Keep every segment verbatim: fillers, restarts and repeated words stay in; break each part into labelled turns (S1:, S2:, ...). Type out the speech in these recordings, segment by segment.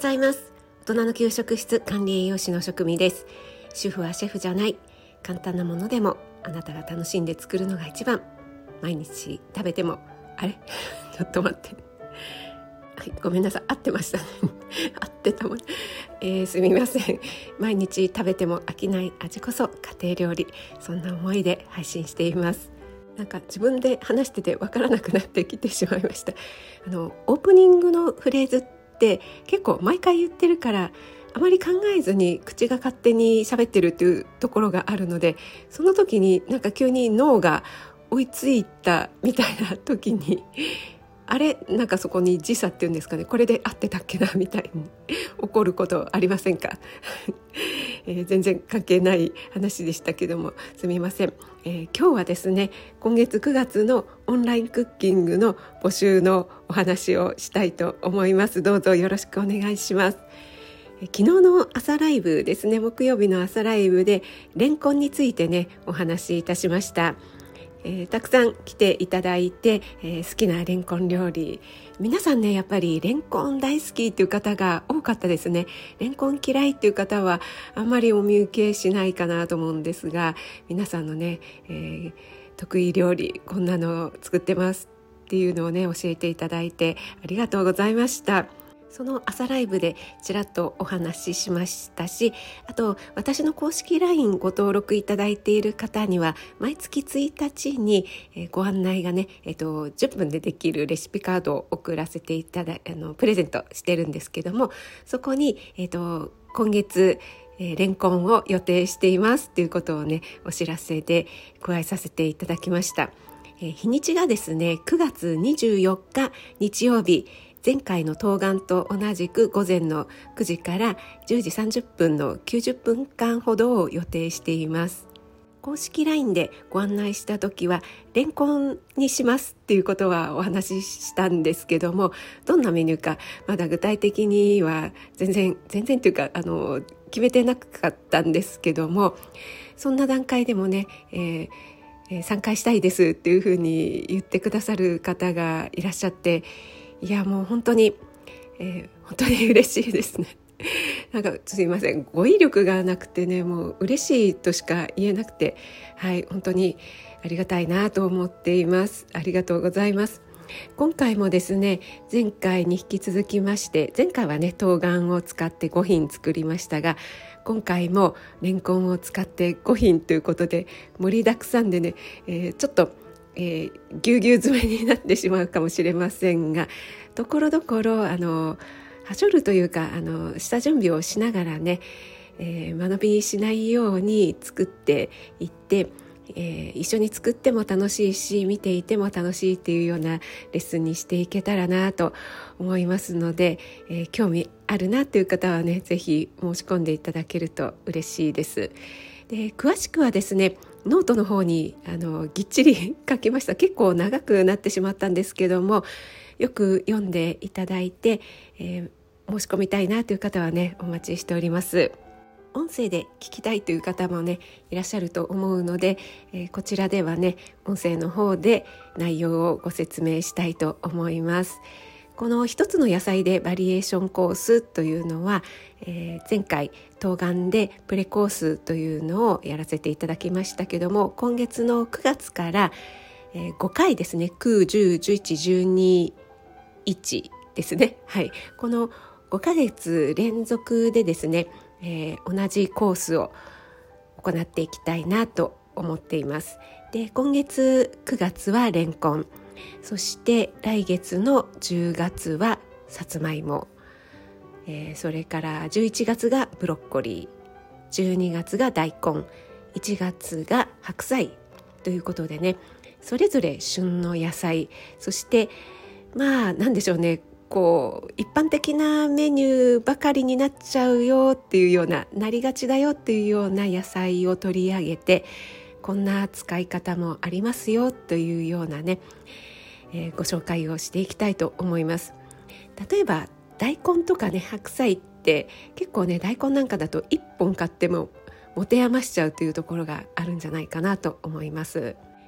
S1: ざいます。大人の給食室管理栄養士の食味です。主婦はシェフじゃない。簡単なものでもあなたが楽しんで作るのが一番。毎日食べてもあれちょっと待ってはい、ごめんなさい、合ってましたね合ってたもん、えー、すみません。毎日食べても飽きない味こそ家庭料理、そんな思いで配信しています。なんか自分で話しててわからなくなってきてしまいました。あのオープニングのフレーズって結構毎回言ってるから、あまり考えずに口が勝手に喋ってるっていうところがあるので、その時になんか急に脳が追いついたみたいな時にあれ、なんかそこに時差っていうんですかね、これで合ってたっけなみたいに起こることありませんか、えー、全然関係ない話でしたけどもすみません。えー、今日はですね、今月くがつのオンラインクッキングの募集のお話をしたいと思います。どうぞよろしくお願いします。えー、昨日の朝ライブですね、木曜日の朝ライブでレンコンについてねお話しいたしました。えー、たくさん来ていただいて、えー、好きなレンコン料理、皆さんねやっぱりレンコン大好きっていう方が多かったですね。レンコン嫌いっていう方はあんまりお見受けしないかなと思うんですが、皆さんのね、えー、得意料理こんなの作ってますっていうのをね教えていただいてありがとうございました。その朝ライブでちらっとお話ししましたし、あと私の公式 ライン ご登録いただいている方には毎月ついたちにご案内がね、えっと、じゅっぷんでできるレシピカードを送らせていただあのプレゼントしてるんですけども、そこに、えっと、今月えー、レンコンを予定していますということをねお知らせで加えさせていただきました。えー、日にちがですねくがつにじゅうよっか日曜日、前回の冬瓜と同じく午前のくじからじゅうじさんじゅっぷんのきゅうじゅっぷんかんほどを予定しています。公式 ライン でご案内した時はレンコンにしますっていうことはお話ししたんですけども、どんなメニューかまだ具体的には全然全然というかあの決めてなかったんですけども、そんな段階でもね、えーえー、参加したいですっていうふうに言ってくださる方がいらっしゃって、いやもう本当に、えー、本当に嬉しいですね。なんかすいません、語彙力がなくてね、もう嬉しいとしか言えなくて、はい本当にありがたいなと思っています。ありがとうございます。今回もですね、前回に引き続きまして、前回はね冬瓜を使ってご品作りましたが、今回もレンコンを使ってご品ということで盛りだくさんでね、えー、ちょっとえー、ぎゅうぎゅう詰めになってしまうかもしれませんが、ところどころあのはしょるというかあの下準備をしながらね、えー、間延びしないように作っていって、えー、一緒に作っても楽しいし見ていても楽しいっていうようなレッスンにしていけたらなと思いますので、えー、興味あるなという方はねぜひ申し込んでいただけると嬉しいです。で詳しくはですねノートの方にあのぎっちり書きました。結構長くなってしまったんですけども、よく読んでいただいて、えー、申し込みたいなという方はねお待ちしております。音声で聞きたいという方もねいらっしゃると思うので、えー、こちらではね音声の方で内容をご説明したいと思います。この一つの野菜でバリエーションコースというのは、えー、前回冬瓜でプレコースというのをやらせていただきましたけども、今月のくがつから、えー、ごかいですね、きゅう、じゅう、じゅういち、じゅうに、いちですね、はい、このごかげつ連続でですね、えー、同じコースを行っていきたいなと思っています。で今月くがつはレンコン、そして来月のじゅうがつはさつまいも、えー、それからじゅういちがつがブロッコリー、じゅうにがつが大根、いちがつが白菜ということでね、それぞれ旬の野菜、そしてまあなんでしょうね、こう一般的なメニューばかりになっちゃうよっていうような、なりがちだよっていうような野菜を取り上げて、こんな使い方もありますよというようなね、えー、ご紹介をしていきたいと思います。例えば大根とかね白菜って結構ね、大根なんかだといっぽん買っても持て余しちゃうというところがあるんじゃないかなと思います。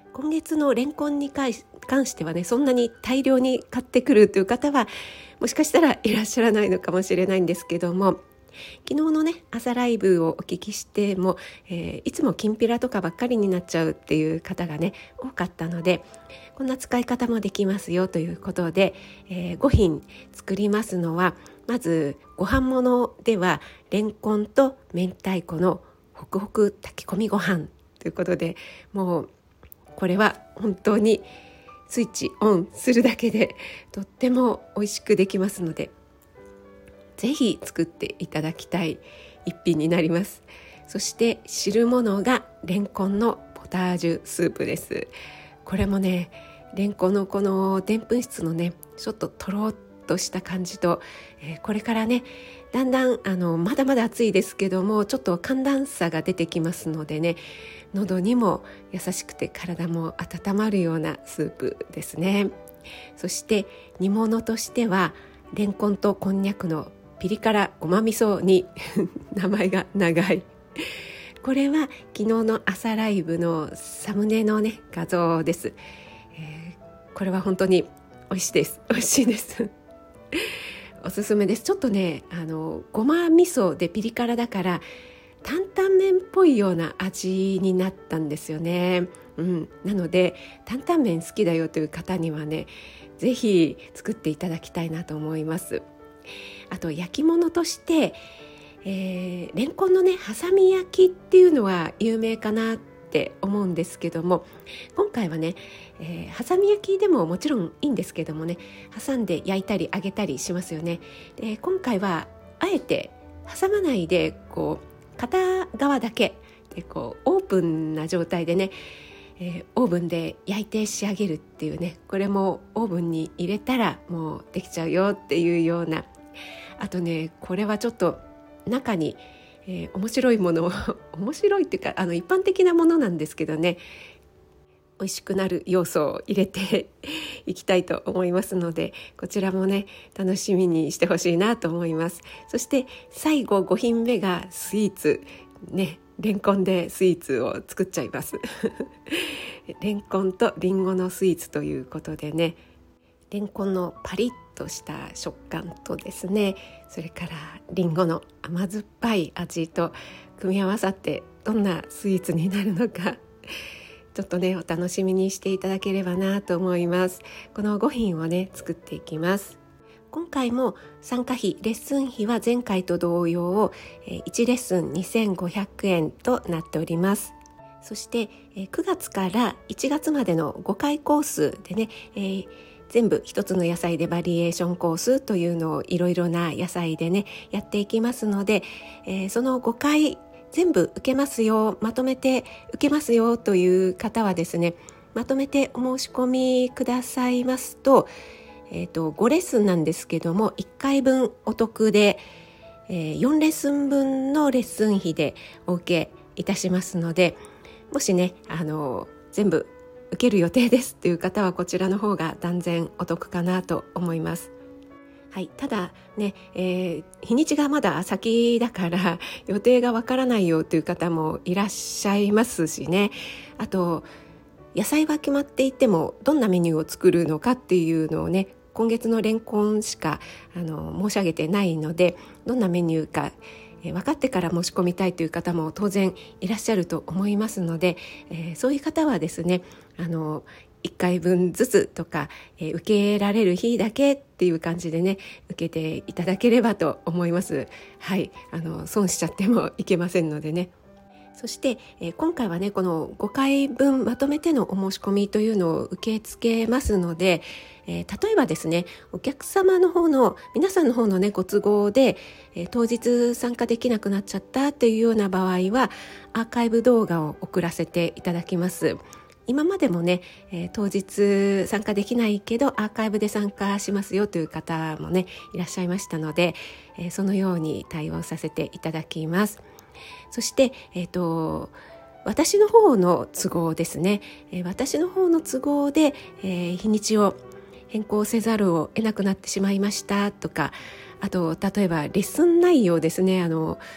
S1: 今月のレンコンに関してはね、そんなに大量に買ってくるという方はもしかしたらいらっしゃらないのかもしれないんですけども、昨日のね朝ライブをお聞きしても、えー、いつもきんぴらとかばっかりになっちゃうっていう方がね多かったので、こんな使い方もできますよということで、えー、ご品作りますのは、まずご飯物ではレンコンと明太子のホクホク炊き込みご飯ということで、もうこれは本当にスイッチオンするだけでとっても美味しくできますので、ぜひ作っていただきたい一品になります。そして汁物がレンコンのポタージュスープです。これもね、レンコンのこのでんぷん質のねちょっととろっとした感じと、えー、これからねだんだんあのまだまだ暑いですけども、ちょっと寒暖差が出てきますのでね、喉にも優しくて体も温まるようなスープですね。そして煮物としてはレンコンとこんにゃくのピリ辛ごま味噌に名前が長いこれは昨日の朝ライブのサムネのね画像です、えー、これは本当に美味しいです美味しいですおすすめです。ちょっとねあのごま味噌でピリ辛だから担々麺っぽいような味になったんですよね、うん、なので担々麺好きだよという方にはねぜひ作っていただきたいなと思います。あと焼き物として、えー、レンコンのねハサミ焼きっていうのは有名かなって思うんですけども、今回はね、えー、ハサミ焼きでももちろんいいんですけどもね、挟んで焼いたり揚げたりしますよね。で今回はあえて挟まないでこう片側だけでこうオープンな状態でね、えー、オーブンで焼いて仕上げるっていうね、これもオーブンに入れたらもうできちゃうよっていうような、あとねこれはちょっと中に、えー、面白いものを面白いっていうかあの一般的なものなんですけどね、美味しくなる要素を入れていきたいと思いますので、こちらもね楽しみにしてほしいなと思います。そして最後ご品目がスイーツね、レンコンでスイーツを作っちゃいますレンコンとリンゴのスイーツということでね、レンコンのパリッとした食感とですね、それからリンゴの甘酸っぱい味と組み合わさってどんなスイーツになるのかちょっとねお楽しみにしていただければなと思います。このご品をね作っていきます。今回も参加費レッスン費は前回と同様いちレッスンにせんごひゃくえんとなっております。そしてくがつからいちがつまでのごかいコースでね、えー全部一つの野菜でバリエーションコースというのをいろいろな野菜でねやっていきますので、えー、そのごかい全部受けますよ、まとめて受けますよという方はですね、まとめてお申し込みくださいますと、えーと、ごレッスンなんですけどもいっかいぶんお得で、えー、よんレッスン分のレッスン費でお受けいたしますので、もしねあの全部受ける予定ですという方はこちらの方が断然お得かなと思います。はい、ただね、えー、日にちがまだ先だから予定がわからないよという方もいらっしゃいますしね、あと野菜は決まっていてもどんなメニューを作るのかっていうのをね今月のレンコンしかあの申し上げてないので、どんなメニューかえー、分かってから申し込みたいという方も当然いらっしゃると思いますので、えー、そういう方はですねあのいっかいぶんずつとか、えー、受けられる日だけっていう感じでね受けていただければと思います。はい、あの損しちゃってもいけませんのでね。そして、えー、今回はねこのごかいぶんまとめてのお申し込みというのを受け付けますので、えー、例えばですねお客様の方の皆さんの方のねご都合で、えー、当日参加できなくなっちゃったというような場合はアーカイブ動画を送らせていただきます。今までもね、えー、当日参加できないけどアーカイブで参加しますよという方もねいらっしゃいましたので、えー、そのように対応させていただきます。そして、えーと、私の方の都合ですね、えー、私の方の都合で、えー、日にちを変更せざるを得なくなってしまいましたとか、あと例えばレッスン内容ですね、あの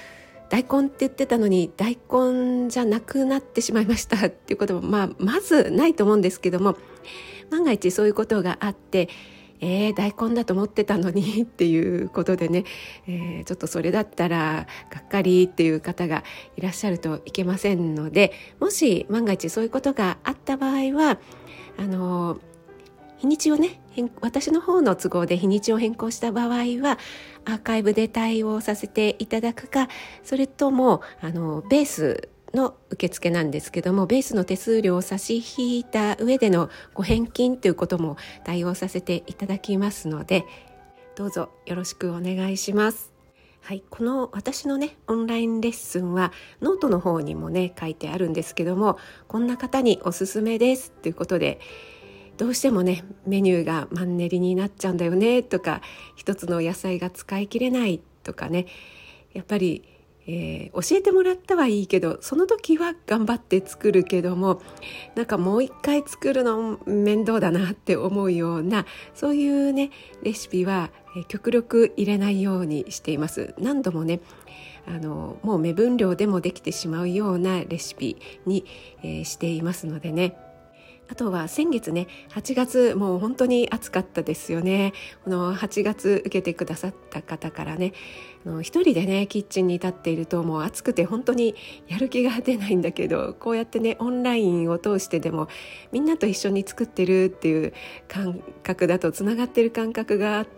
S1: 大根って言ってたのに大根じゃなくなってしまいましたっていうことも、まあ、まずないと思うんですけども、万が一そういうことがあってえー、大根だと思ってたのにっていうことでね、えー、ちょっとそれだったらがっかりっていう方がいらっしゃるといけませんので、もし万が一そういうことがあった場合はあの日にちをね私の方の都合で日にちを変更した場合はアーカイブで対応させていただくか、それともあのベースの受付なんですけども、ベースの手数料を差し引いた上でのご返金ということも対応させていただきますので、どうぞよろしくお願いします。はい、この私のねオンラインレッスンはノートの方にもね書いてあるんですけども、こんな方におすすめですということで、どうしてもねメニューがマンネリになっちゃうんだよねとか、一つの野菜が使い切れないとかね、やっぱりえー、教えてもらったはいいけどその時は頑張って作るけども、なんかもう一回作るの面倒だなって思うような、そういうねレシピは、えー、極力入れないようにしています。何度もねあのもう目分量でもできてしまうようなレシピに、えー、していますのでね。あとは先月ねはちがつもう本当に暑かったですよね。このはちがつ受けてくださった方からね、一人でねキッチンに立っているともう暑くて本当にやる気が出ないんだけど、こうやってねオンラインを通してでもみんなと一緒に作ってるっていう感覚だとつながってる感覚があって、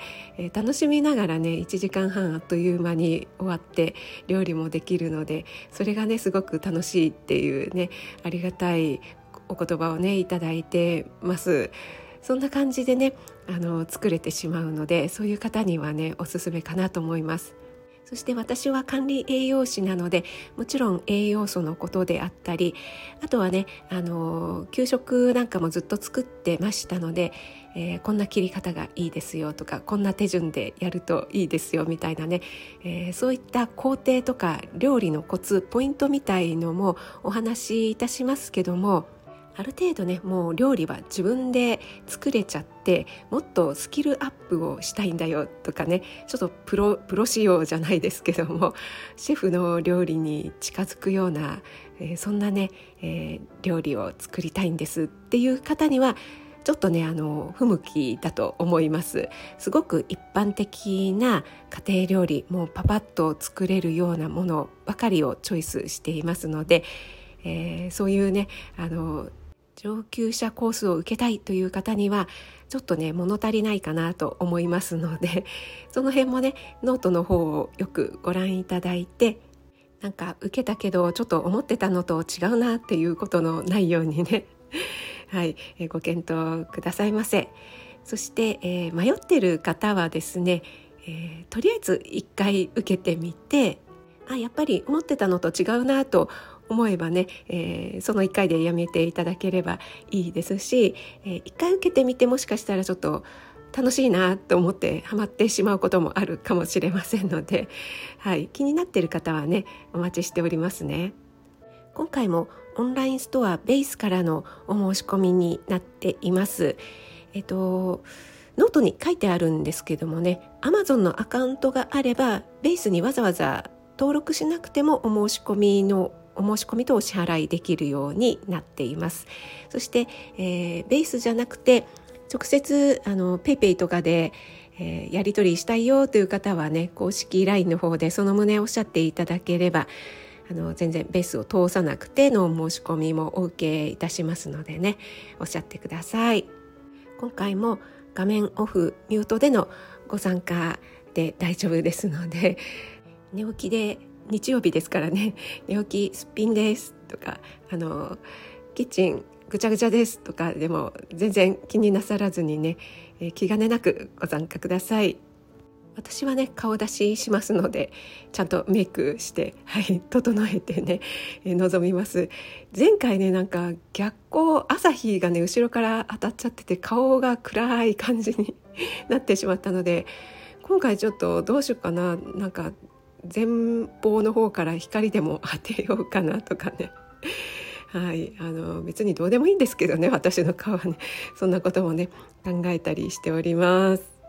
S1: えー、楽しみながらねいちじかんはんあっという間に終わって料理もできるので、それがねすごく楽しいっていうねありがたいお言葉をねいただいてます。そんな感じでねあの作れてしまうので、そういう方にはねおすすめかなと思います。そして私は管理栄養士なので、もちろん栄養素のことであったり、あとはねあの給食なんかもずっと作ってましたので、えー、こんな切り方がいいですよとか、こんな手順でやるといいですよみたいなね、えー、そういった工程とか料理のコツポイントみたいのもお話しいたしますけども、ある程度ねもう料理は自分で作れちゃって、もっとスキルアップをしたいんだよとかね、ちょっとプロプロ仕様じゃないですけどもシェフの料理に近づくような、えー、そんなね、えー、料理を作りたいんですっていう方にはちょっとねあの不向きだと思います。すごく一般的な家庭料理、もうパパッと作れるようなものばかりをチョイスしていますので、えー、そういうねあの上級者コースを受けたいという方にはちょっとね物足りないかなと思いますので、その辺もねノートの方をよくご覧いただいて、なんか受けたけどちょっと思ってたのと違うなっていうことのないようにねはい、えー、ご検討くださいませ。そして、えー、迷ってる方はですね、えー、とりあえず一回受けてみて、あやっぱり思ってたのと違うなと思えばね、えー、そのいっかいでやめていただければいいですし、えー、いっかい受けてみてもしかしたらちょっと楽しいなと思ってハマってしまうこともあるかもしれませんので、はい、気になっている方はねお待ちしておりますね。今回もオンラインストアベースからのお申し込みになっています。えっとノートに書いてあるんですけどもね、 Amazon のアカウントがあればベースにわざわざ登録しなくてもお申し込みのお申し込みとお支払いできるようになっています。そして、えー、ベースじゃなくて直接あのペイペイとかで、えー、やり取りしたいよという方はね、公式 ライン の方でその旨おっしゃっていただければ、あの全然ベースを通さなくての申し込みもお受けいたしますのでね、おっしゃってください。今回も画面オフミュートでのご参加で大丈夫ですので、寝起きで日曜日ですからね、寝起きすっぴんですとか、あのキッチンぐちゃぐちゃですとかでも全然気になさらずにね、えー、気兼ねなくご参加ください。私はね顔出ししますので、ちゃんとメイクして、はい、整えてね、えー、臨みます。前回ねなんか逆光朝日がね後ろから当たっちゃってて顔が暗い感じになってしまったので、今回ちょっとどうしようかな、なんか前方の方から光でも当てようかなとかねはい、あの別にどうでもいいんですけどね、私の顔はね、そんなこともね考えたりしております。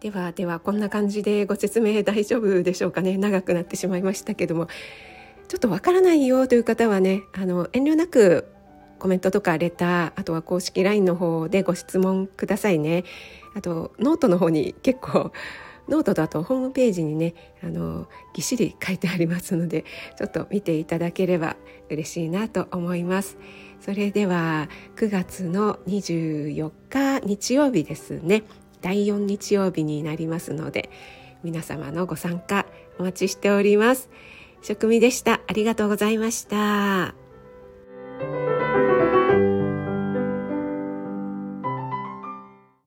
S1: ではではこんな感じでご説明大丈夫でしょうかね。長くなってしまいましたけども、ちょっとわからないよという方はね、あの遠慮なくコメントとかレター、あとは公式 ライン の方でご質問くださいね。あとノートの方に結構ノートとあとホームページにね、あのぎっしり書いてありますので、ちょっと見ていただければ嬉しいなと思います。それではくがつのにじゅうよっか日曜日ですね、だいよん日曜日になりますので、皆様のご参加お待ちしております。しょくみでした。ありがとうございました。